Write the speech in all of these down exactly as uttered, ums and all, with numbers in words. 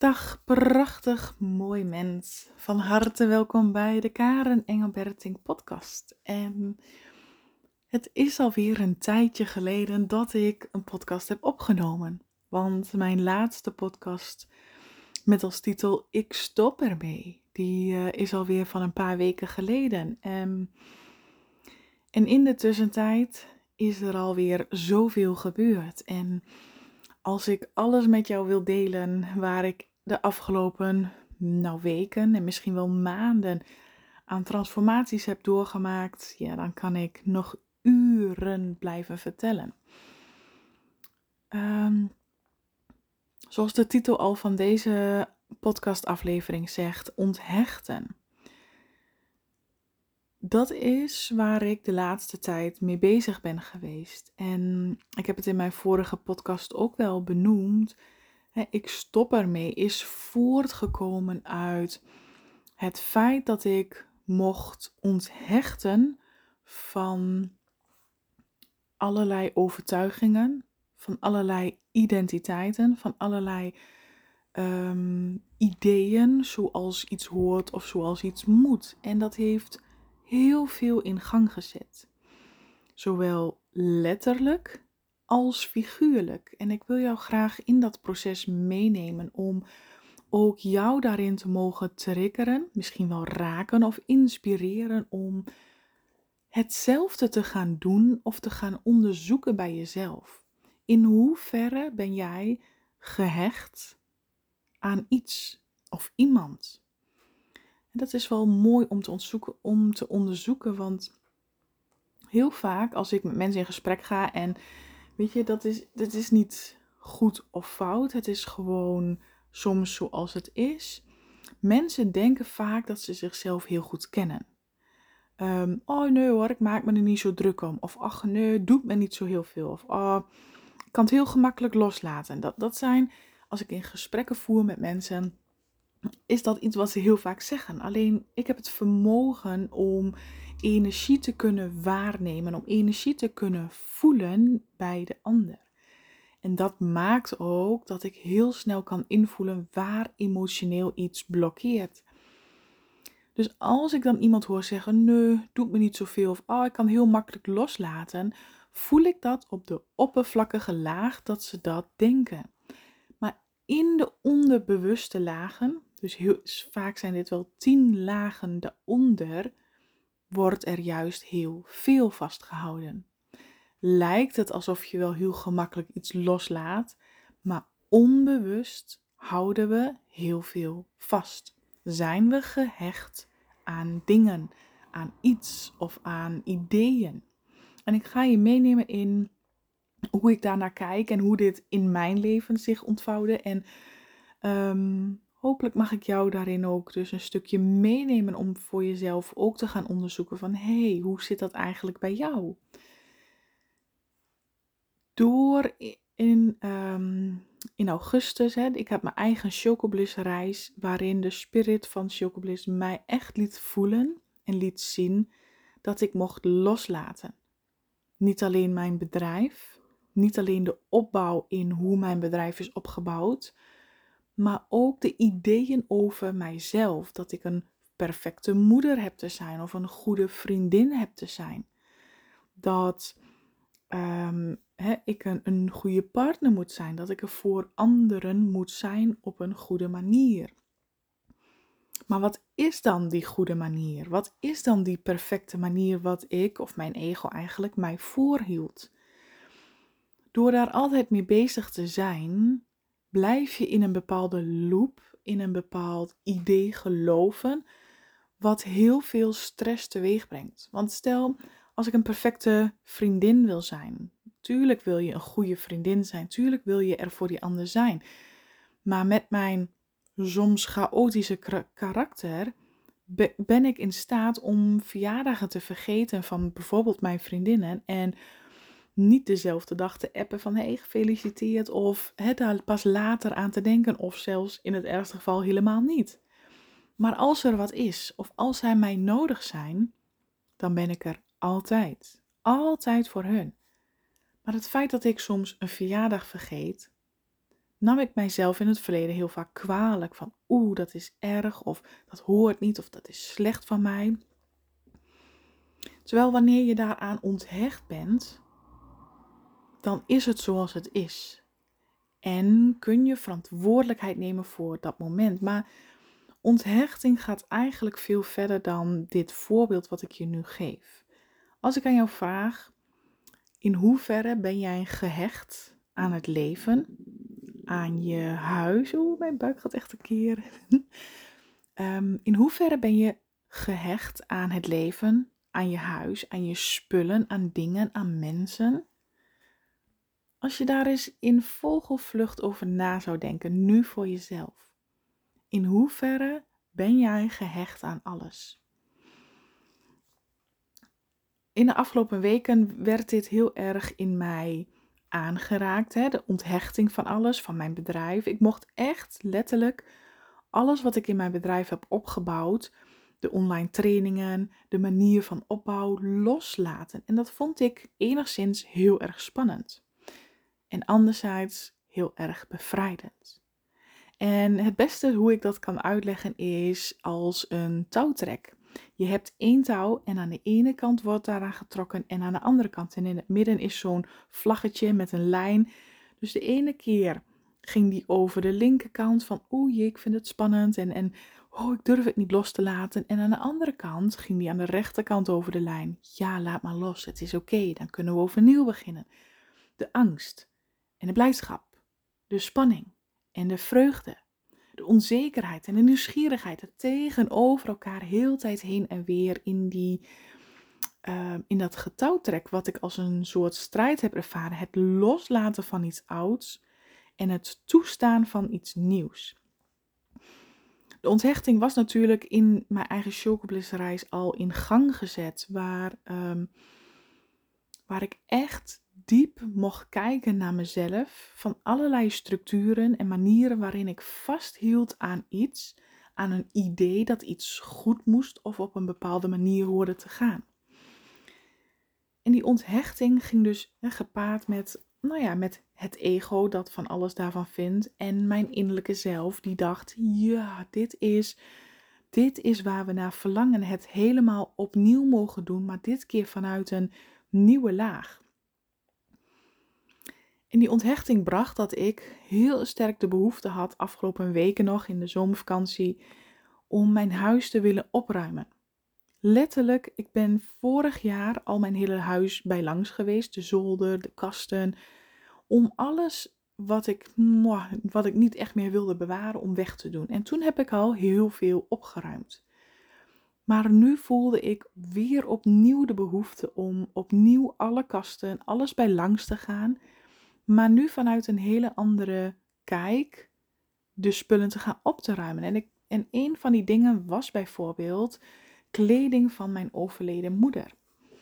Dag, prachtig mooi mens. Van harte welkom bij de Karen Engelberting podcast. En het is alweer een tijdje geleden dat ik een podcast heb opgenomen. Want mijn laatste podcast met als titel Ik stop ermee, die uh, is alweer van een paar weken geleden. En, en in de tussentijd is er alweer zoveel gebeurd. En als ik alles met jou wil delen waar ik de afgelopen nou, weken en misschien wel maanden aan transformaties heb doorgemaakt, ja, dan kan ik nog uren blijven vertellen. Um, zoals de titel al van deze podcastaflevering zegt, onthechten. Dat is waar ik de laatste tijd mee bezig ben geweest. En ik heb het in mijn vorige podcast ook wel benoemd. Ik stop ermee is voortgekomen uit het feit dat ik mocht onthechten van allerlei overtuigingen, van allerlei identiteiten, van allerlei um, ideeën zoals iets hoort of zoals iets moet. En dat heeft heel veel in gang gezet. Zowel letterlijk als figuurlijk. En ik wil jou graag in dat proces meenemen om ook jou daarin te mogen triggeren, misschien wel raken of inspireren om hetzelfde te gaan doen of te gaan onderzoeken bij jezelf. In hoeverre ben jij gehecht aan iets of iemand? En dat is wel mooi om te onderzoeken, om te onderzoeken, want heel vaak als ik met mensen in gesprek ga en weet je, dat is, dat is niet goed of fout. Het is gewoon soms zoals het is. Mensen denken vaak dat ze zichzelf heel goed kennen. Um, oh nee hoor, ik maak me er niet zo druk om. Of ach nee, doet me niet zo heel veel. Of oh, ik kan het heel gemakkelijk loslaten. Dat, dat zijn, als ik in gesprekken voer met mensen, is dat iets wat ze heel vaak zeggen. Alleen ik heb het vermogen om energie te kunnen waarnemen, om energie te kunnen voelen bij de ander. En dat maakt ook dat ik heel snel kan invoelen waar emotioneel iets blokkeert. Dus als ik dan iemand hoor zeggen, nee, doet me niet zoveel, of oh, ik kan heel makkelijk loslaten, voel ik dat op de oppervlakkige laag dat ze dat denken. Maar in de onderbewuste lagen, dus heel, vaak zijn dit wel tien lagen daaronder, wordt er juist heel veel vastgehouden. Lijkt het alsof je wel heel gemakkelijk iets loslaat, maar onbewust houden we heel veel vast. Zijn we gehecht aan dingen, aan iets of aan ideeën? En ik ga je meenemen in hoe ik daarnaar kijk en hoe dit in mijn leven zich ontvouwde. En um, hopelijk mag ik jou daarin ook dus een stukje meenemen om voor jezelf ook te gaan onderzoeken van hé, hey, hoe zit dat eigenlijk bij jou? Door in, um, in augustus, hè, ik heb mijn eigen Chocobliss reis, waarin de spirit van Chocobliss mij echt liet voelen en liet zien dat ik mocht loslaten. Niet alleen mijn bedrijf, niet alleen de opbouw in hoe mijn bedrijf is opgebouwd, maar ook de ideeën over mijzelf, dat ik een perfecte moeder heb te zijn of een goede vriendin heb te zijn. Dat um, he, ik een, een goede partner moet zijn, dat ik er voor anderen moet zijn op een goede manier. Maar wat is dan die goede manier? Wat is dan die perfecte manier wat ik of mijn ego eigenlijk mij voorhield? Door daar altijd mee bezig te zijn, blijf je in een bepaalde loop, in een bepaald idee geloven, wat heel veel stress teweeg brengt. Want stel, als ik een perfecte vriendin wil zijn, tuurlijk wil je een goede vriendin zijn, tuurlijk wil je er voor die ander zijn. Maar met mijn soms chaotische karakter ben ik in staat om verjaardagen te vergeten van bijvoorbeeld mijn vriendinnen en niet dezelfde dag te appen van hé, hey, gefeliciteerd of he, daar pas later aan te denken of zelfs in het ergste geval helemaal niet. Maar als er wat is of als zij mij nodig zijn, dan ben ik er altijd. Altijd voor hun. Maar het feit dat ik soms een verjaardag vergeet, nam ik mijzelf in het verleden heel vaak kwalijk van oeh, dat is erg of dat hoort niet of dat is slecht van mij. Terwijl wanneer je daaraan onthecht bent, dan is het zoals het is. En kun je verantwoordelijkheid nemen voor dat moment. Maar onthechting gaat eigenlijk veel verder dan dit voorbeeld wat ik je nu geef. Als ik aan jou vraag, in hoeverre ben jij gehecht aan het leven, aan je huis? Oeh, mijn buik gaat echt een keer. um, in hoeverre ben je gehecht aan het leven, aan je huis, aan je spullen, aan dingen, aan mensen? Als je daar eens in vogelvlucht over na zou denken, nu voor jezelf. In hoeverre ben jij gehecht aan alles? In de afgelopen weken werd dit heel erg in mij aangeraakt. Hè? De onthechting van alles, van mijn bedrijf. Ik mocht echt letterlijk alles wat ik in mijn bedrijf heb opgebouwd, de online trainingen, de manier van opbouw, loslaten. En dat vond ik enigszins heel erg spannend. En anderzijds heel erg bevrijdend. En het beste hoe ik dat kan uitleggen is als een touwtrek. Je hebt één touw en aan de ene kant wordt daaraan getrokken en aan de andere kant. En in het midden is zo'n vlaggetje met een lijn. Dus de ene keer ging die over de linkerkant van oeh jee, ik vind het spannend en, en oh, ik durf het niet los te laten. En aan de andere kant ging die aan de rechterkant over de lijn. Ja, laat maar los, het is oké, dan kunnen we overnieuw beginnen. De angst en de blijdschap, de spanning en de vreugde. De onzekerheid en de nieuwsgierigheid, het tegenover elkaar heel tijd heen en weer in, die, uh, in dat getouwtrek wat ik als een soort strijd heb ervaren. Het loslaten van iets ouds en het toestaan van iets nieuws. De onthechting was natuurlijk in mijn eigen chocoblisreis al in gang gezet, waar, um, waar ik echt diep mocht kijken naar mezelf, van allerlei structuren en manieren waarin ik vasthield aan iets, aan een idee dat iets goed moest of op een bepaalde manier hoorde te gaan. En die onthechting ging dus hè, gepaard met, nou ja, met het ego dat van alles daarvan vindt en mijn innerlijke zelf die dacht, ja, dit is, dit is waar we naar verlangen, het helemaal opnieuw mogen doen, maar dit keer vanuit een nieuwe laag. En die onthechting bracht dat ik heel sterk de behoefte had, afgelopen weken nog in de zomervakantie, om mijn huis te willen opruimen. Letterlijk, ik ben vorig jaar al mijn hele huis bij langs geweest, de zolder, de kasten, om alles wat ik, wat ik niet echt meer wilde bewaren, om weg te doen. En toen heb ik al heel veel opgeruimd. Maar nu voelde ik weer opnieuw de behoefte om opnieuw alle kasten, alles bij langs te gaan, maar nu vanuit een hele andere kijk de spullen te gaan op te ruimen. En, ik, en een van die dingen was bijvoorbeeld kleding van mijn overleden moeder.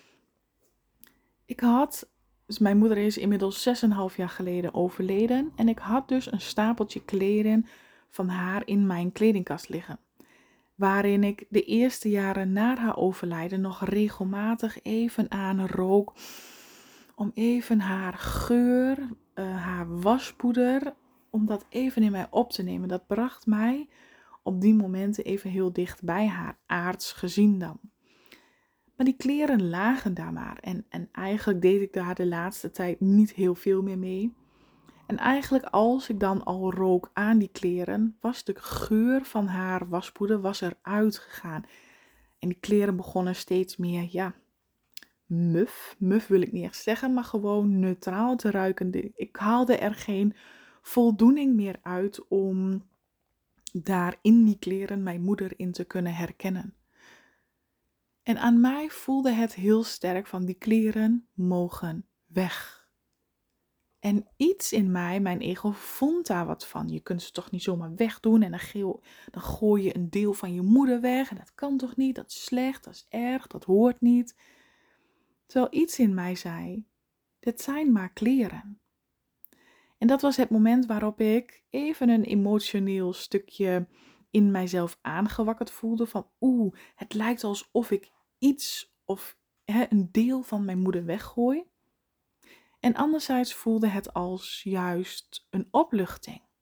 Ik had, dus mijn moeder is inmiddels zes en een half jaar geleden overleden. En ik had dus een stapeltje kleren van haar in mijn kledingkast liggen. Waarin ik de eerste jaren na haar overlijden nog regelmatig even aan rook. Om even haar geur, uh, haar waspoeder, om dat even in mij op te nemen. Dat bracht mij op die momenten even heel dicht bij haar, aards gezien dan. Maar die kleren lagen daar maar. En, en eigenlijk deed ik daar de laatste tijd niet heel veel meer mee. En eigenlijk als ik dan al rook aan die kleren, was de geur van haar waspoeder was eruit gegaan. En die kleren begonnen steeds meer, ja, muf. Muf wil ik niet echt zeggen, maar gewoon neutraal te ruiken. Ik haalde er geen voldoening meer uit om daar in die kleren mijn moeder in te kunnen herkennen. En aan mij voelde het heel sterk van die kleren mogen weg. En iets in mij, mijn ego, vond daar wat van. Je kunt ze toch niet zomaar wegdoen en dan, geel, dan gooi je een deel van je moeder weg. En dat kan toch niet, dat is slecht, dat is erg, dat hoort niet. Terwijl iets in mij zei, dit zijn maar kleren. En dat was het moment waarop ik even een emotioneel stukje in mijzelf aangewakkerd voelde. Van oeh, het lijkt alsof ik iets of hè, een deel van mijn moeder weggooi. En anderzijds voelde het als juist een opluchting.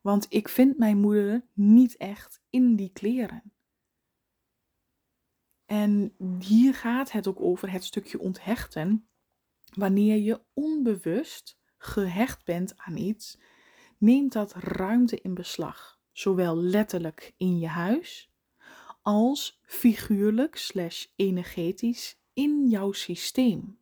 Want ik vind mijn moeder niet echt in die kleren. En hier gaat het ook over het stukje onthechten. Wanneer je onbewust gehecht bent aan iets, neemt dat ruimte in beslag. Zowel letterlijk in je huis, als figuurlijk slash energetisch in jouw systeem.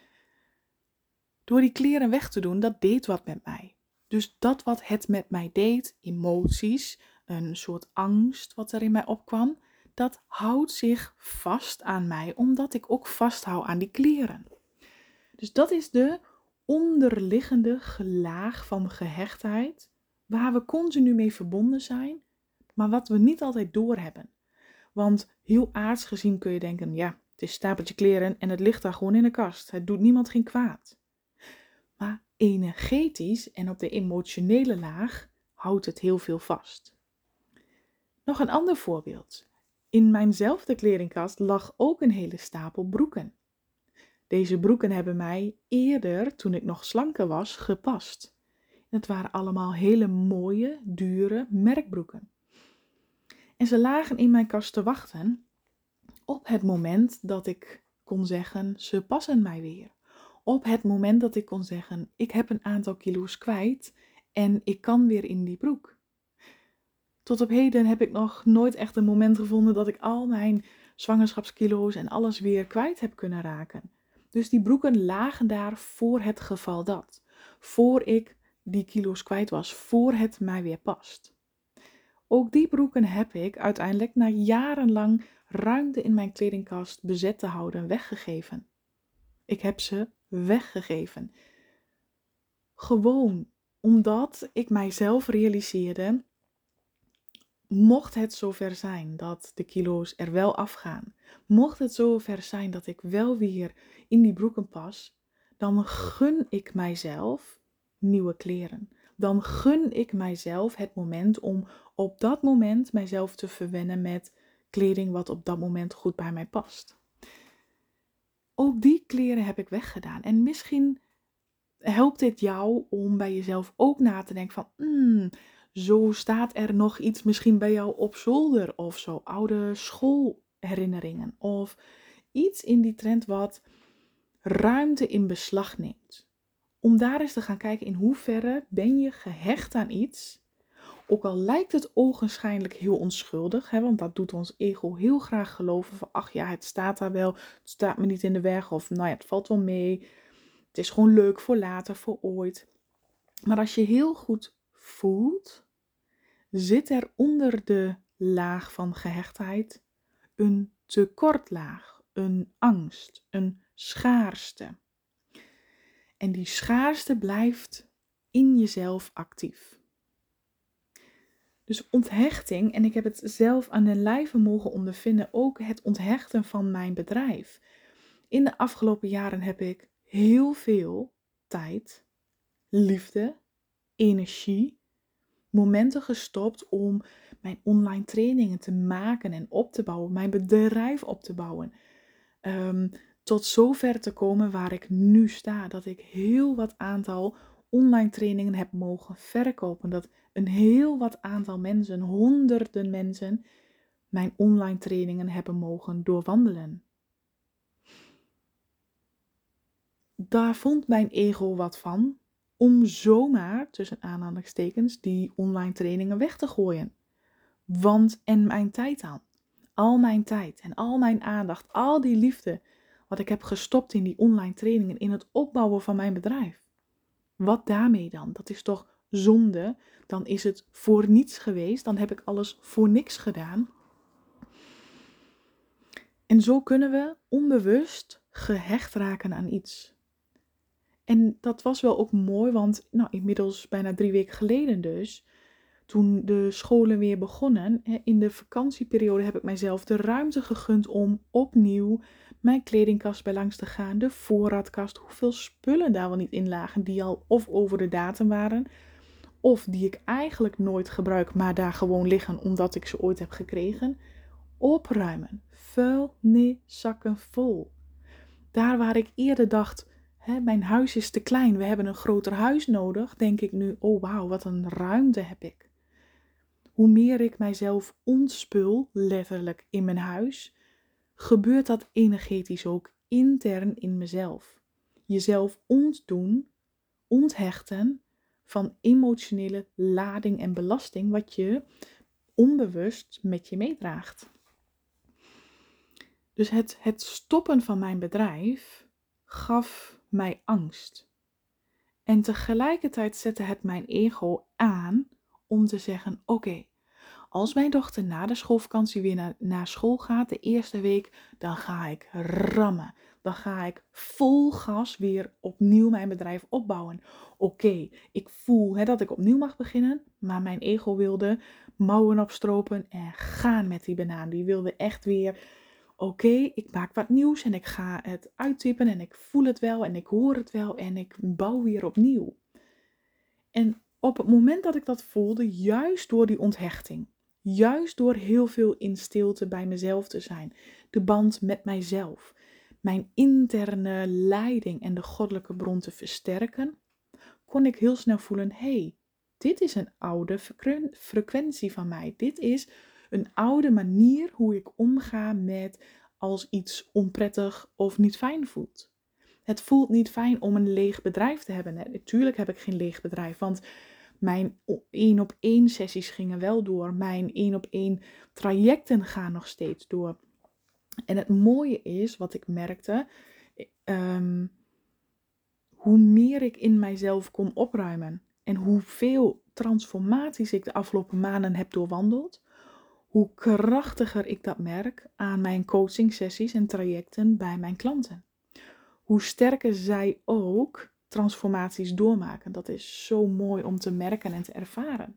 Door die kleren weg te doen, dat deed wat met mij. Dus dat wat het met mij deed, emoties, een soort angst wat er in mij opkwam, dat houdt zich vast aan mij, omdat ik ook vasthoud aan die kleren. Dus dat is de onderliggende laag van gehechtheid, waar we continu mee verbonden zijn, maar wat we niet altijd doorhebben. Want heel aards gezien kun je denken, ja, het is een stapeltje kleren en het ligt daar gewoon in de kast. Het doet niemand geen kwaad. Maar energetisch en op de emotionele laag houdt het heel veel vast. Nog een ander voorbeeld. In mijnzelfde kledingkast lag ook een hele stapel broeken. Deze broeken hebben mij eerder, toen ik nog slanker was, gepast. Het waren allemaal hele mooie, dure merkbroeken. En ze lagen in mijn kast te wachten op het moment dat ik kon zeggen, ze passen mij weer. Op het moment dat ik kon zeggen, ik heb een aantal kilo's kwijt en ik kan weer in die broek. Tot op heden heb ik nog nooit echt een moment gevonden dat ik al mijn zwangerschapskilo's en alles weer kwijt heb kunnen raken. Dus die broeken lagen daar voor het geval dat. Voor ik die kilo's kwijt was, voor het mij weer past. Ook die broeken heb ik uiteindelijk na jarenlang ruimte in mijn kledingkast bezet te houden weggegeven. Ik heb ze weggegeven. Gewoon omdat ik mijzelf realiseerde, mocht het zover zijn dat de kilo's er wel afgaan, mocht het zover zijn dat ik wel weer in die broeken pas, dan gun ik mijzelf nieuwe kleren. Dan gun ik mijzelf het moment om op dat moment mijzelf te verwennen met kleding wat op dat moment goed bij mij past. Ook die kleren heb ik weggedaan. En misschien helpt dit jou om bij jezelf ook na te denken van, hmm, zo staat er nog iets misschien bij jou op zolder of zo, oude schoolherinneringen of iets in die trend wat ruimte in beslag neemt. Om daar eens te gaan kijken in hoeverre ben je gehecht aan iets, ook al lijkt het ogenschijnlijk heel onschuldig, hè, want dat doet ons ego heel graag geloven van, ach ja, het staat daar wel, het staat me niet in de weg of nou ja, het valt wel mee, het is gewoon leuk voor later, voor ooit. Maar als je heel goed voelt, zit er onder de laag van gehechtheid een tekortlaag, een angst, een schaarste. En die schaarste blijft in jezelf actief. Dus onthechting, en ik heb het zelf aan de lijve mogen ondervinden, ook het onthechten van mijn bedrijf. In de afgelopen jaren heb ik heel veel tijd, liefde, energie, momenten gestopt om mijn online trainingen te maken en op te bouwen, mijn bedrijf op te bouwen. Um, tot zover te komen waar ik nu sta, dat ik heel wat aantal online trainingen heb mogen verkopen. Dat een heel wat aantal mensen, honderden mensen, mijn online trainingen hebben mogen doorwandelen. Daar vond mijn ego wat van, om zomaar, tussen aanhalingstekens, die online trainingen weg te gooien. Want, en mijn tijd aan. Al mijn tijd en al mijn aandacht, al die liefde, wat ik heb gestopt in die online trainingen, in het opbouwen van mijn bedrijf. Wat daarmee dan? Dat is toch zonde? Dan is het voor niets geweest, dan heb ik alles voor niks gedaan. En zo kunnen we onbewust gehecht raken aan iets. En dat was wel ook mooi, want nou, inmiddels bijna drie weken geleden dus, toen de scholen weer begonnen, in de vakantieperiode heb ik mijzelf de ruimte gegund om opnieuw mijn kledingkast bij langs te gaan, de voorraadkast, hoeveel spullen daar wel niet in lagen, die al of over de datum waren, of die ik eigenlijk nooit gebruik, maar daar gewoon liggen omdat ik ze ooit heb gekregen, opruimen, vuilniszakken vol. Daar waar ik eerder dacht, hè, mijn huis is te klein, we hebben een groter huis nodig, denk ik nu, oh wauw, wat een ruimte heb ik. hoe meer ik mijzelf ontspul, letterlijk in mijn huis, gebeurt dat energetisch ook intern in mezelf. Jezelf ontdoen, onthechten van emotionele lading en belasting wat je onbewust met je meedraagt. Dus het, het stoppen van mijn bedrijf gaf mij angst. En tegelijkertijd zette het mijn ego aan om te zeggen, oké, okay, als mijn dochter na de schoolvakantie weer naar, naar school gaat, de eerste week, dan ga ik rammen. Dan ga ik vol gas weer opnieuw mijn bedrijf opbouwen. Oké, okay, ik voel hè, dat ik opnieuw mag beginnen, maar mijn ego wilde mouwen opstropen en gaan met die banaan. Die wilde echt weer, oké, okay, ik maak wat nieuws en ik ga het uittypen en ik voel het wel en ik hoor het wel en ik bouw weer opnieuw. En op het moment dat ik dat voelde, juist door die onthechting, juist door heel veel in stilte bij mezelf te zijn, de band met mijzelf, mijn interne leiding en de goddelijke bron te versterken, kon ik heel snel voelen, hé, hey, dit is een oude frequentie van mij. Dit is een oude manier hoe ik omga met als iets onprettig of niet fijn voelt. Het voelt niet fijn om een leeg bedrijf te hebben. Natuurlijk heb ik geen leeg bedrijf, want mijn één op één sessies gingen wel door. Mijn één op één trajecten gaan nog steeds door. En het mooie is, wat ik merkte, um, hoe meer ik in mijzelf kon opruimen en hoeveel transformaties ik de afgelopen maanden heb doorwandeld, hoe krachtiger ik dat merk aan mijn coaching sessies en trajecten bij mijn klanten. Hoe sterker zij ook transformaties doormaken. Dat is zo mooi om te merken en te ervaren.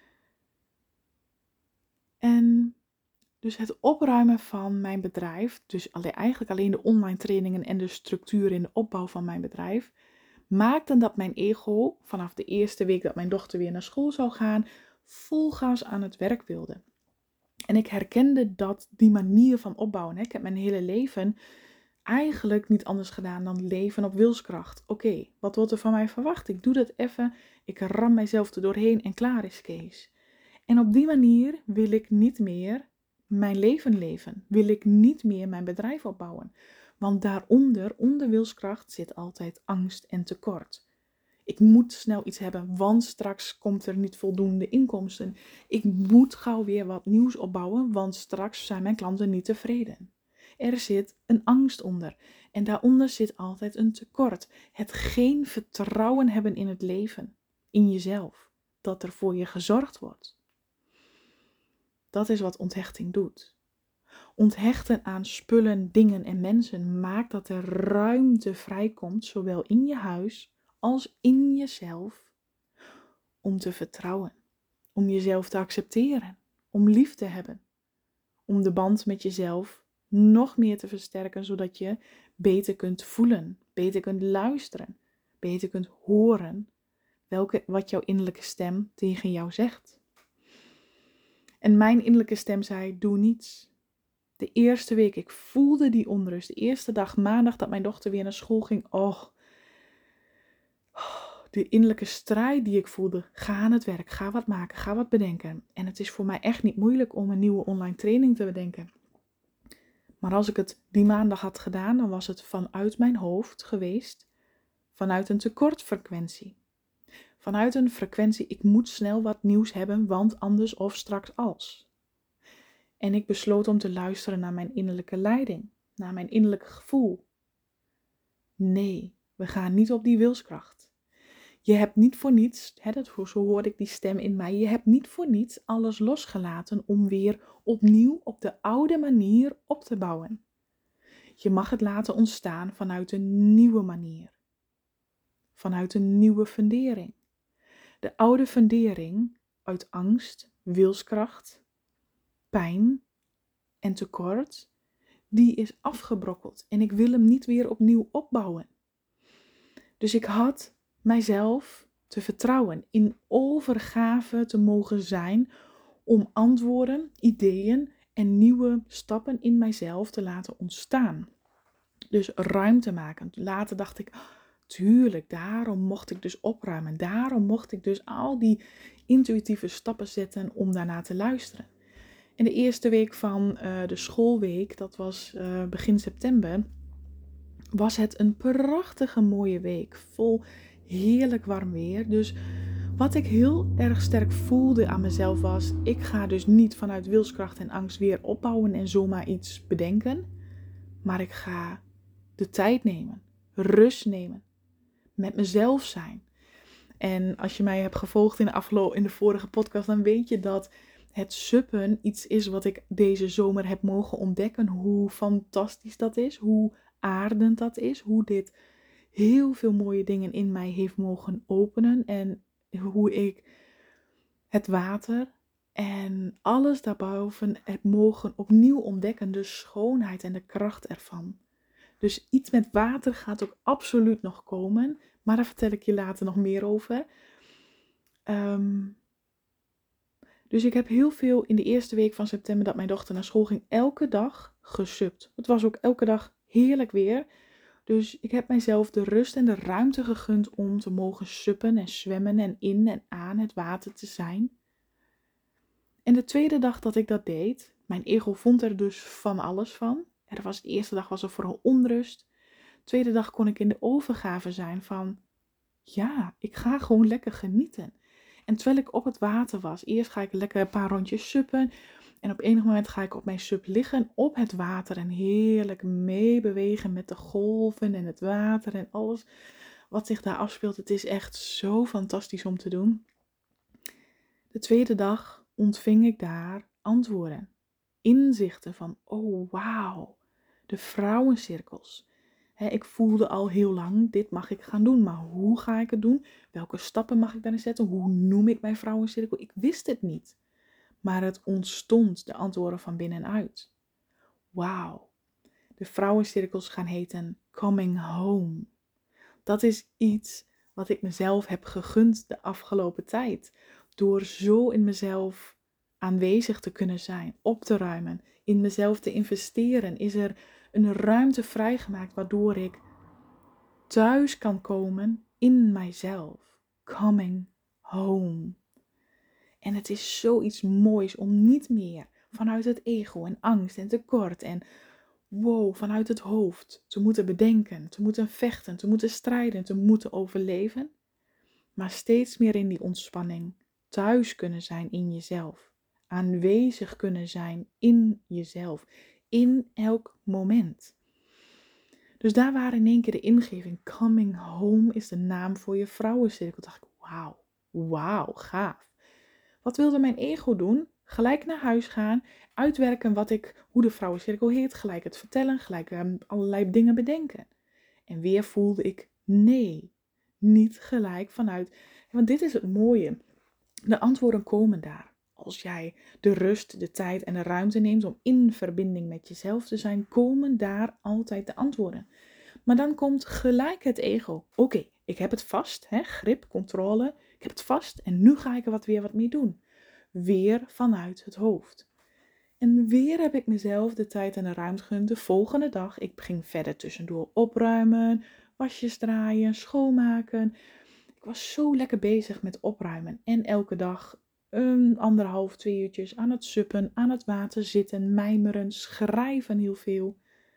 En dus het opruimen van mijn bedrijf, dus eigenlijk alleen de online trainingen en de structuur in de opbouw van mijn bedrijf, maakten dat mijn ego vanaf de eerste week dat mijn dochter weer naar school zou gaan, vol gas aan het werk wilde. En ik herkende dat die manier van opbouwen, hè, ik heb mijn hele leven eigenlijk niet anders gedaan dan leven op wilskracht. Oké, okay, wat wordt er van mij verwacht? Ik doe dat even, ik ram mijzelf er doorheen en klaar is Kees. En op die manier wil ik niet meer mijn leven leven. Wil ik niet meer mijn bedrijf opbouwen. Want daaronder, onder wilskracht, zit altijd angst en tekort. Ik moet snel iets hebben, want straks komt er niet voldoende inkomsten. Ik moet gauw weer wat nieuws opbouwen, want straks zijn mijn klanten niet tevreden. Er zit een angst onder. En daaronder zit altijd een tekort. Het geen vertrouwen hebben in het leven. In jezelf. Dat er voor je gezorgd wordt. Dat is wat onthechting doet. Onthechten aan spullen, dingen en mensen maakt dat er ruimte vrijkomt. Zowel in je huis als in jezelf. Om te vertrouwen. Om jezelf te accepteren. Om lief te hebben. Om de band met jezelf nog meer te versterken, zodat je beter kunt voelen, beter kunt luisteren, beter kunt horen welke, wat jouw innerlijke stem tegen jou zegt. En mijn innerlijke stem zei, doe niets. De eerste week, ik voelde die onrust. De eerste dag, maandag, dat mijn dochter weer naar school ging. Oh, de innerlijke strijd die ik voelde. Ga aan het werk, ga wat maken, ga wat bedenken. En het is voor mij echt niet moeilijk om een nieuwe online training te bedenken. Maar als ik het die maandag had gedaan, dan was het vanuit mijn hoofd geweest. Vanuit een tekortfrequentie. Vanuit een frequentie, ik moet snel wat nieuws hebben, want anders of straks als. En ik besloot om te luisteren naar mijn innerlijke leiding. Naar mijn innerlijke gevoel. Nee, we gaan niet op die wilskracht. Je hebt niet voor niets, hè, dat, zo hoorde ik die stem in mij, je hebt niet voor niets alles losgelaten om weer opnieuw op de oude manier op te bouwen. Je mag het laten ontstaan vanuit een nieuwe manier. Vanuit een nieuwe fundering. De oude fundering uit angst, wilskracht, pijn en tekort, die is afgebrokkeld en ik wil hem niet weer opnieuw opbouwen. Dus ik had mijzelf te vertrouwen, in overgave te mogen zijn om antwoorden, ideeën en nieuwe stappen in mijzelf te laten ontstaan. Dus ruimte maken. Later dacht ik, tuurlijk, daarom mocht ik dus opruimen. Daarom mocht ik dus al die intuïtieve stappen zetten om daarna te luisteren. In de eerste week van uh, de schoolweek, dat was uh, begin september, was het een prachtige mooie week. Vol heerlijk warm weer. Dus wat ik heel erg sterk voelde aan mezelf was, ik ga dus niet vanuit wilskracht en angst weer opbouwen en zomaar iets bedenken. Maar ik ga de tijd nemen, rust nemen, met mezelf zijn. En als je mij hebt gevolgd in de, afgelopen, in de vorige podcast, dan weet je dat het suppen iets is wat ik deze zomer heb mogen ontdekken. Hoe fantastisch dat is, hoe aardend dat is, hoe dit heel veel mooie dingen in mij heeft mogen openen. En hoe ik het water en alles daarboven heb mogen opnieuw ontdekken, de schoonheid en de kracht ervan. Dus iets met water gaat ook absoluut nog komen, maar daar vertel ik je later nog meer over. Um, dus ik heb heel veel in de eerste week van september dat mijn dochter naar school ging, elke dag gesupt. Het was ook elke dag heerlijk weer. Dus ik heb mijzelf de rust en de ruimte gegund om te mogen suppen en zwemmen en in en aan het water te zijn. En de tweede dag dat ik dat deed, mijn ego vond er dus van alles van. Er was, de eerste dag was er vooral onrust. De tweede dag kon ik in de overgave zijn van, ja, ik ga gewoon lekker genieten. En terwijl ik op het water was, eerst ga ik lekker een paar rondjes suppen. En op enig moment ga ik op mijn sup liggen op het water en heerlijk meebewegen met de golven en het water en alles wat zich daar afspeelt. Het is echt zo fantastisch om te doen. De tweede dag ontving ik daar antwoorden, inzichten van, oh wauw, de vrouwencirkels. He, ik voelde al heel lang, dit mag ik gaan doen, maar hoe ga ik het doen? Welke stappen mag ik daarin zetten? Hoe noem ik mijn vrouwencirkel? Ik wist het niet. Maar het ontstond, de antwoorden van binnenuit. Wauw. De vrouwencirkels gaan heten Coming Home. Dat is iets wat ik mezelf heb gegund de afgelopen tijd. Door zo in mezelf aanwezig te kunnen zijn, op te ruimen, in mezelf te investeren, is er een ruimte vrijgemaakt waardoor ik thuis kan komen in mijzelf. Coming home. En het is zoiets moois om niet meer vanuit het ego en angst en tekort en wow, vanuit het hoofd te moeten bedenken, te moeten vechten, te moeten strijden, te moeten overleven. Maar steeds meer in die ontspanning thuis kunnen zijn in jezelf. Aanwezig kunnen zijn in jezelf. In elk moment. Dus daar waren in één keer de ingeving. Coming home is de naam voor je vrouwencirkel. Toen dacht ik, wauw, wauw, gaaf. Wat wilde mijn ego doen? Gelijk naar huis gaan, uitwerken wat ik, hoe de vrouwencirkel heet, gelijk het vertellen, gelijk um, allerlei dingen bedenken. En weer voelde ik, nee, niet gelijk vanuit. Want dit is het mooie. De antwoorden komen daar. Als jij de rust, de tijd en de ruimte neemt om in verbinding met jezelf te zijn, komen daar altijd de antwoorden. Maar dan komt gelijk het ego. Oké, okay, ik heb het vast, hè, grip, controle. Ik heb het vast en nu ga ik er wat weer wat mee doen. Weer vanuit het hoofd. En weer heb ik mezelf de tijd en de ruimte gegund. De volgende dag, ik ging verder tussendoor opruimen, wasjes draaien, schoonmaken. Ik was zo lekker bezig met opruimen. En elke dag een anderhalf, twee uurtjes aan het suppen, aan het water zitten, mijmeren, schrijven heel veel.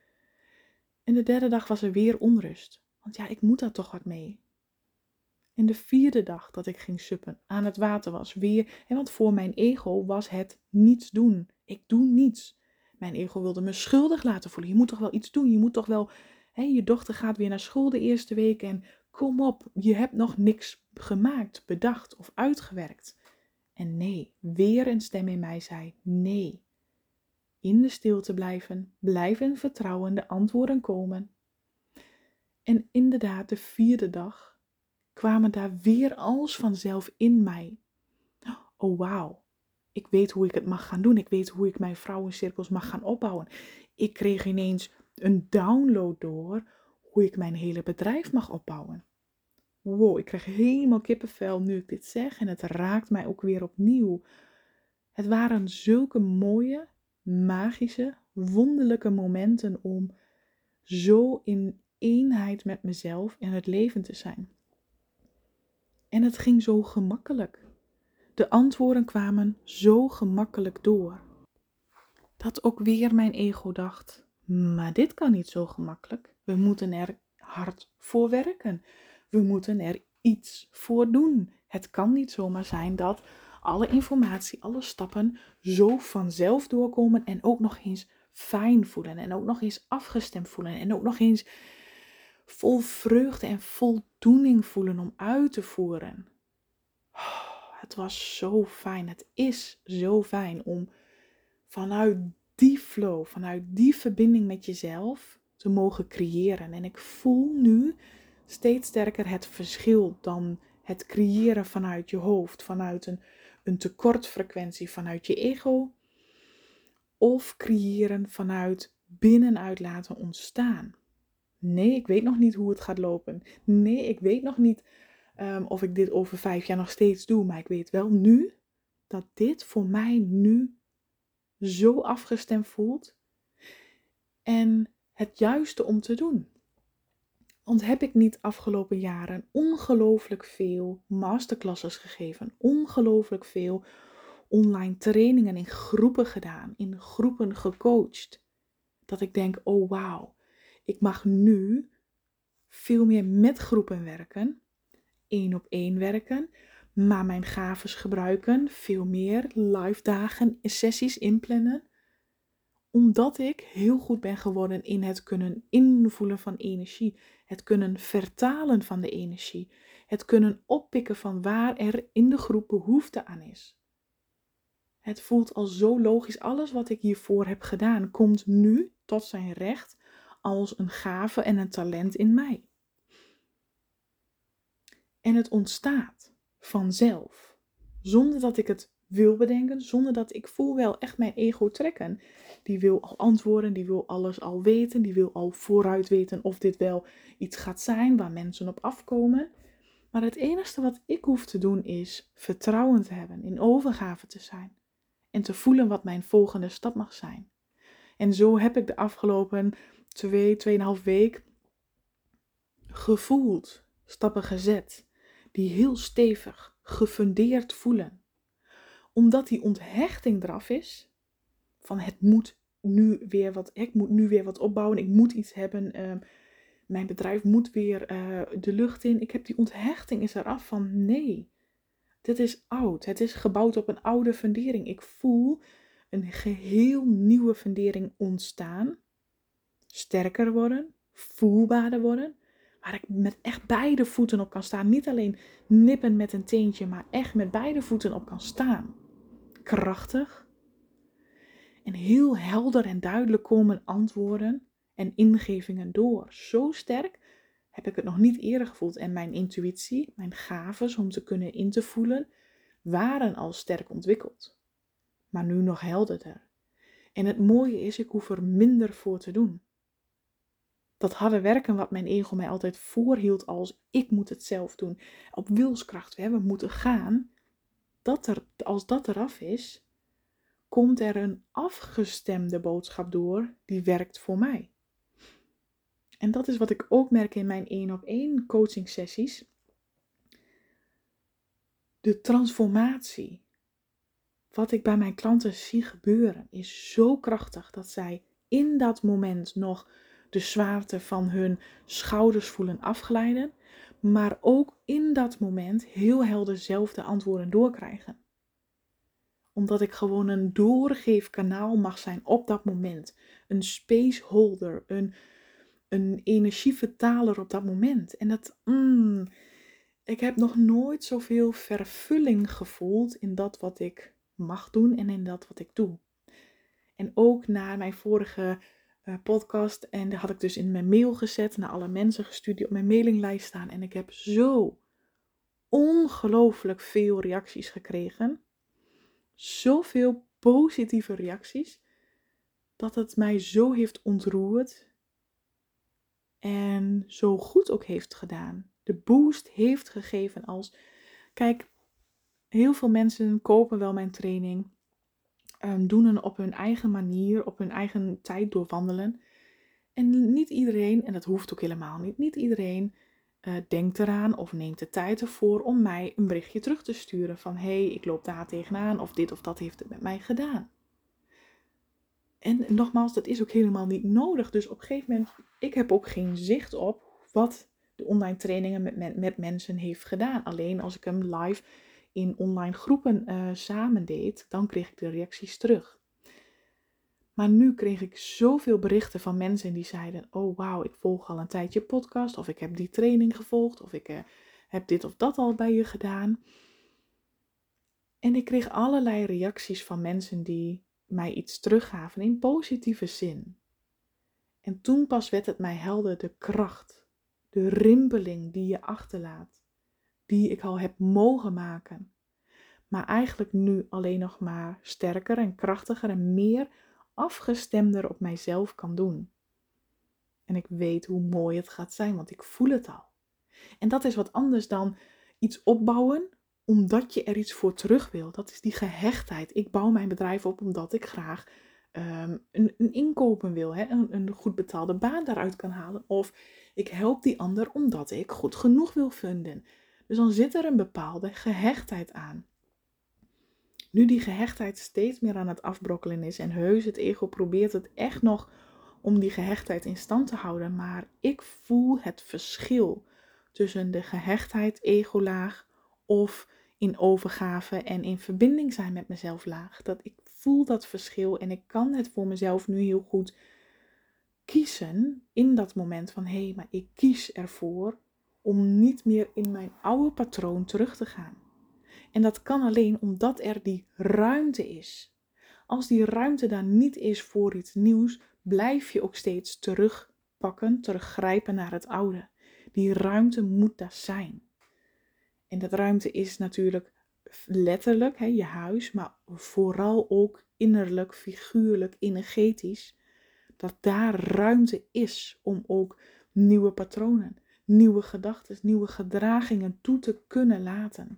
En de derde dag was er weer onrust. Want ja, ik moet daar toch wat mee. En de vierde dag dat ik ging suppen, aan het water was weer. En want voor mijn ego was het niets doen. Ik doe niets. Mijn ego wilde me schuldig laten voelen. Je moet toch wel iets doen. Je moet toch wel, hè, je dochter gaat weer naar school de eerste week. En kom op, je hebt nog niks gemaakt, bedacht of uitgewerkt. En nee, weer een stem in mij zei, nee. In de stilte blijven, blijven vertrouwen, de antwoorden komen. En inderdaad, de vierde dag kwamen daar weer als vanzelf in mij. Oh wauw, ik weet hoe ik het mag gaan doen. Ik weet hoe ik mijn vrouwencirkels mag gaan opbouwen. Ik kreeg ineens een download door hoe ik mijn hele bedrijf mag opbouwen. Wow, ik kreeg helemaal kippenvel nu ik dit zeg en het raakt mij ook weer opnieuw. Het waren zulke mooie, magische, wonderlijke momenten om zo in eenheid met mezelf en het leven te zijn. En het ging zo gemakkelijk. De antwoorden kwamen zo gemakkelijk door. Dat ook weer mijn ego dacht, maar dit kan niet zo gemakkelijk. We moeten er hard voor werken. We moeten er iets voor doen. Het kan niet zomaar zijn dat alle informatie, alle stappen zo vanzelf doorkomen en ook nog eens fijn voelen en ook nog eens afgestemd voelen en ook nog eens vol vreugde en voldoening voelen om uit te voeren. Het was zo fijn, het is zo fijn om vanuit die flow, vanuit die verbinding met jezelf te mogen creëren. En ik voel nu steeds sterker het verschil dan het creëren vanuit je hoofd, vanuit een, een tekortfrequentie vanuit je ego, of creëren vanuit binnenuit laten ontstaan. Nee, ik weet nog niet hoe het gaat lopen. Nee, ik weet nog niet um, of ik dit over vijf jaar nog steeds doe. Maar ik weet wel nu dat dit voor mij nu zo afgestemd voelt. En het juiste om te doen. Want heb ik niet afgelopen jaren ongelooflijk veel masterclasses gegeven. Ongelooflijk veel online trainingen in groepen gedaan. In groepen gecoacht. Dat ik denk, oh wauw. Ik mag nu veel meer met groepen werken, één op één werken, maar mijn gaves gebruiken, veel meer live dagen, sessies inplannen, omdat ik heel goed ben geworden in het kunnen invoelen van energie, het kunnen vertalen van de energie, het kunnen oppikken van waar er in de groep behoefte aan is. Het voelt al zo logisch, alles wat ik hiervoor heb gedaan komt nu tot zijn recht als een gave en een talent in mij. En het ontstaat vanzelf, zonder dat ik het wil bedenken, zonder dat ik voel wel echt mijn ego trekken. Die wil al antwoorden, die wil alles al weten, die wil al vooruit weten of dit wel iets gaat zijn waar mensen op afkomen. Maar het enige wat ik hoef te doen is vertrouwen te hebben, in overgave te zijn en te voelen wat mijn volgende stap mag zijn. En zo heb ik de afgelopen twee, tweeënhalf week gevoeld, stappen gezet, die heel stevig, gefundeerd voelen. Omdat die onthechting eraf is, van het moet nu weer wat, ik moet nu weer wat opbouwen, ik moet iets hebben, uh, mijn bedrijf moet weer uh, de lucht in. Ik heb die onthechting is eraf van nee, dit is oud, het is gebouwd op een oude fundering. Ik voel een geheel nieuwe fundering ontstaan, sterker worden, voelbaarder worden, waar ik met echt beide voeten op kan staan. Niet alleen nippen met een teentje, maar echt met beide voeten op kan staan. Krachtig. En heel helder en duidelijk komen antwoorden en ingevingen door. Zo sterk heb ik het nog niet eerder gevoeld. En mijn intuïtie, mijn gaves om te kunnen in te voelen, waren al sterk ontwikkeld. Maar nu nog helderder. En het mooie is, ik hoef er minder voor te doen. Dat harde werken wat mijn ego mij altijd voorhield als ik moet het zelf doen. Op wilskracht, we moeten gaan. Dat er, als dat eraf is, komt er een afgestemde boodschap door die werkt voor mij. En dat is wat ik ook merk in mijn één op één coaching sessies. De transformatie. Wat ik bij mijn klanten zie gebeuren is zo krachtig dat zij in dat moment nog de zwaarte van hun schouders voelen afglijden, maar ook in dat moment heel helder zelf de antwoorden doorkrijgen. Omdat ik gewoon een doorgeefkanaal mag zijn op dat moment. Een spaceholder, een, een energievertaler op dat moment. En dat, mm, ik heb nog nooit zoveel vervulling gevoeld in dat wat ik mag doen en in dat wat ik doe. En ook na mijn vorige uh, podcast, en dat had ik dus in mijn mail gezet, naar alle mensen gestuurd die op mijn mailinglijst staan. En ik heb zo ongelooflijk veel reacties gekregen. Zoveel positieve reacties, dat het mij zo heeft ontroerd en zo goed ook heeft gedaan. De boost heeft gegeven als, kijk, heel veel mensen kopen wel mijn training, um, doen het op hun eigen manier, op hun eigen tijd doorwandelen. En niet iedereen, en dat hoeft ook helemaal niet, niet iedereen uh, denkt eraan of neemt de tijd ervoor om mij een berichtje terug te sturen van hé, hey, ik loop daar tegenaan of dit of dat heeft het met mij gedaan. En nogmaals, dat is ook helemaal niet nodig. Dus op een gegeven moment, ik heb ook geen zicht op wat de online trainingen met, met, met mensen heeft gedaan. Alleen als ik hem live in online groepen uh, samen deed, dan kreeg ik de reacties terug. Maar nu kreeg ik zoveel berichten van mensen die zeiden, oh wauw, ik volg al een tijdje podcast, of ik heb die training gevolgd, of ik uh, heb dit of dat al bij je gedaan. En ik kreeg allerlei reacties van mensen die mij iets teruggaven in positieve zin. En toen pas werd het mij helder de kracht, de rimpeling die je achterlaat, die ik al heb mogen maken. Maar eigenlijk nu alleen nog maar sterker en krachtiger en meer afgestemder op mijzelf kan doen. En ik weet hoe mooi het gaat zijn, want ik voel het al. En dat is wat anders dan iets opbouwen omdat je er iets voor terug wil. Dat is die gehechtheid. Ik bouw mijn bedrijf op omdat ik graag um, een, een inkopen wil. Hè? Een, een goed betaalde baan daaruit kan halen. Of ik help die ander omdat ik goed genoeg wil vinden. Dus dan zit er een bepaalde gehechtheid aan. Nu die gehechtheid steeds meer aan het afbrokkelen is en heus het ego probeert het echt nog om die gehechtheid in stand te houden. Maar ik voel het verschil tussen de gehechtheid ego-laag of in overgave en in verbinding zijn met mezelf laag. Dat ik voel dat verschil en ik kan het voor mezelf nu heel goed kiezen in dat moment van hé, hey, maar ik kies ervoor om niet meer in mijn oude patroon terug te gaan. En dat kan alleen omdat er die ruimte is. Als die ruimte daar niet is voor iets nieuws, blijf je ook steeds terugpakken, teruggrijpen naar het oude. Die ruimte moet daar zijn. En dat ruimte is natuurlijk letterlijk hè, je huis, maar vooral ook innerlijk, figuurlijk, energetisch. Dat daar ruimte is om ook nieuwe patronen, nieuwe gedachten, nieuwe gedragingen toe te kunnen laten.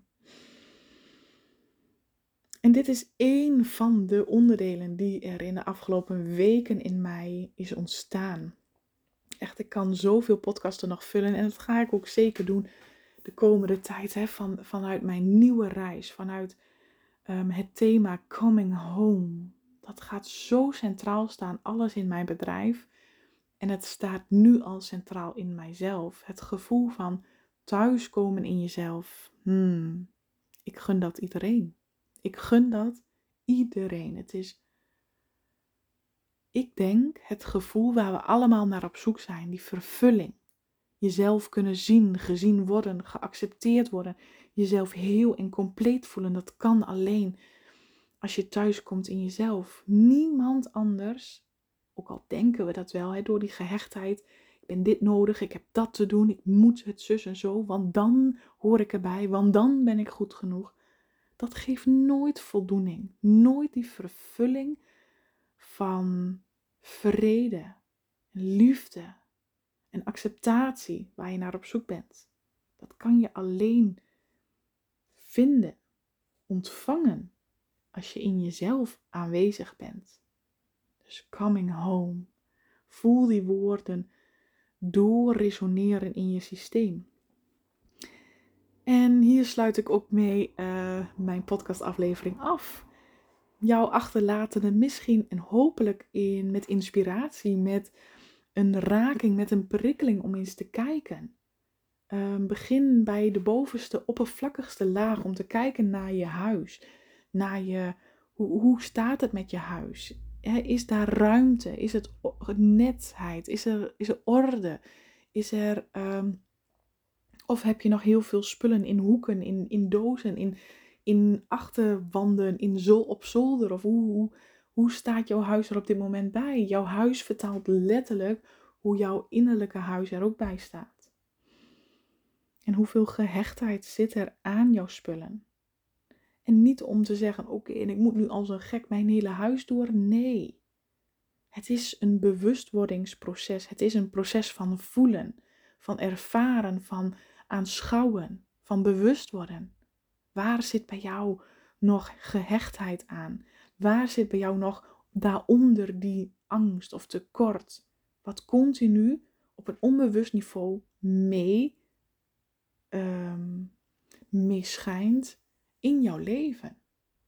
En dit is één van de onderdelen die er in de afgelopen weken in mij is ontstaan. Echt, ik kan zoveel podcasten nog vullen en dat ga ik ook zeker doen de komende tijd. Hè, van, vanuit mijn nieuwe reis, vanuit um, het thema coming home. Dat gaat zo centraal staan, alles in mijn bedrijf. En het staat nu al centraal in mijzelf. Het gevoel van thuiskomen in jezelf. Hmm, ik gun dat iedereen. Ik gun dat iedereen. Het is, ik denk, het gevoel waar we allemaal naar op zoek zijn. Die vervulling. Jezelf kunnen zien, gezien worden, geaccepteerd worden. Jezelf heel en compleet voelen. Dat kan alleen als je thuis komt in jezelf. Niemand anders, ook al denken we dat wel, hè, door die gehechtheid. Ik ben dit nodig, ik heb dat te doen, ik moet het zus en zo. Want dan hoor ik erbij, want dan ben ik goed genoeg. Dat geeft nooit voldoening. Nooit die vervulling van vrede, liefde en acceptatie waar je naar op zoek bent. Dat kan je alleen vinden, ontvangen, als je in jezelf aanwezig bent. Dus coming home. Voel die woorden doorresoneren in je systeem. En hier sluit ik ook mee uh, mijn podcastaflevering af. Jou achterlatende misschien en hopelijk in, met inspiratie, met een raking, met een prikkeling om eens te kijken. Uh, begin bij de bovenste, oppervlakkigste laag om te kijken naar je huis. Naar je, hoe, hoe staat het met je huis? He, is daar ruimte? Is het netheid? Is er, is er orde? Is er... Um, Of heb je nog heel veel spullen in hoeken, in, in dozen, in, in achterwanden, in zol, op zolder? Of hoe, hoe, hoe staat jouw huis er op dit moment bij? Jouw huis vertaalt letterlijk hoe jouw innerlijke huis er ook bij staat. En hoeveel gehechtheid zit er aan jouw spullen? En niet om te zeggen, oké, okay, en ik moet nu als een gek mijn hele huis door. Nee. Het is een bewustwordingsproces. Het is een proces van voelen, van ervaren, van aanschouwen, van bewust worden. Waar zit bij jou nog gehechtheid aan? Waar zit bij jou nog daaronder die angst of tekort? wat continu op een onbewust niveau mee, um, meeschijnt in jouw leven.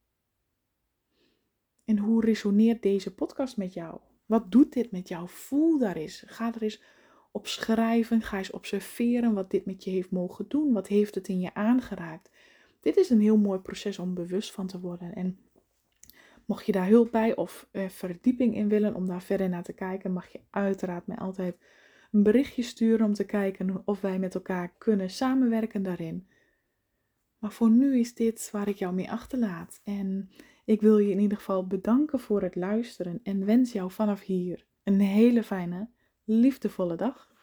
En hoe resoneert deze podcast met jou? Wat doet dit met jou? Voel daar eens. Ga er eens op schrijven. Ga eens observeren wat dit met je heeft mogen doen. Wat heeft het in je aangeraakt? Dit is een heel mooi proces om bewust van te worden. En mocht je daar hulp bij of uh, verdieping in willen om daar verder naar te kijken, mag je uiteraard mij altijd een berichtje sturen om te kijken of wij met elkaar kunnen samenwerken daarin. Maar voor nu is dit waar ik jou mee achterlaat. En ik wil je in ieder geval bedanken voor het luisteren en wens jou vanaf hier een hele fijne, liefdevolle dag.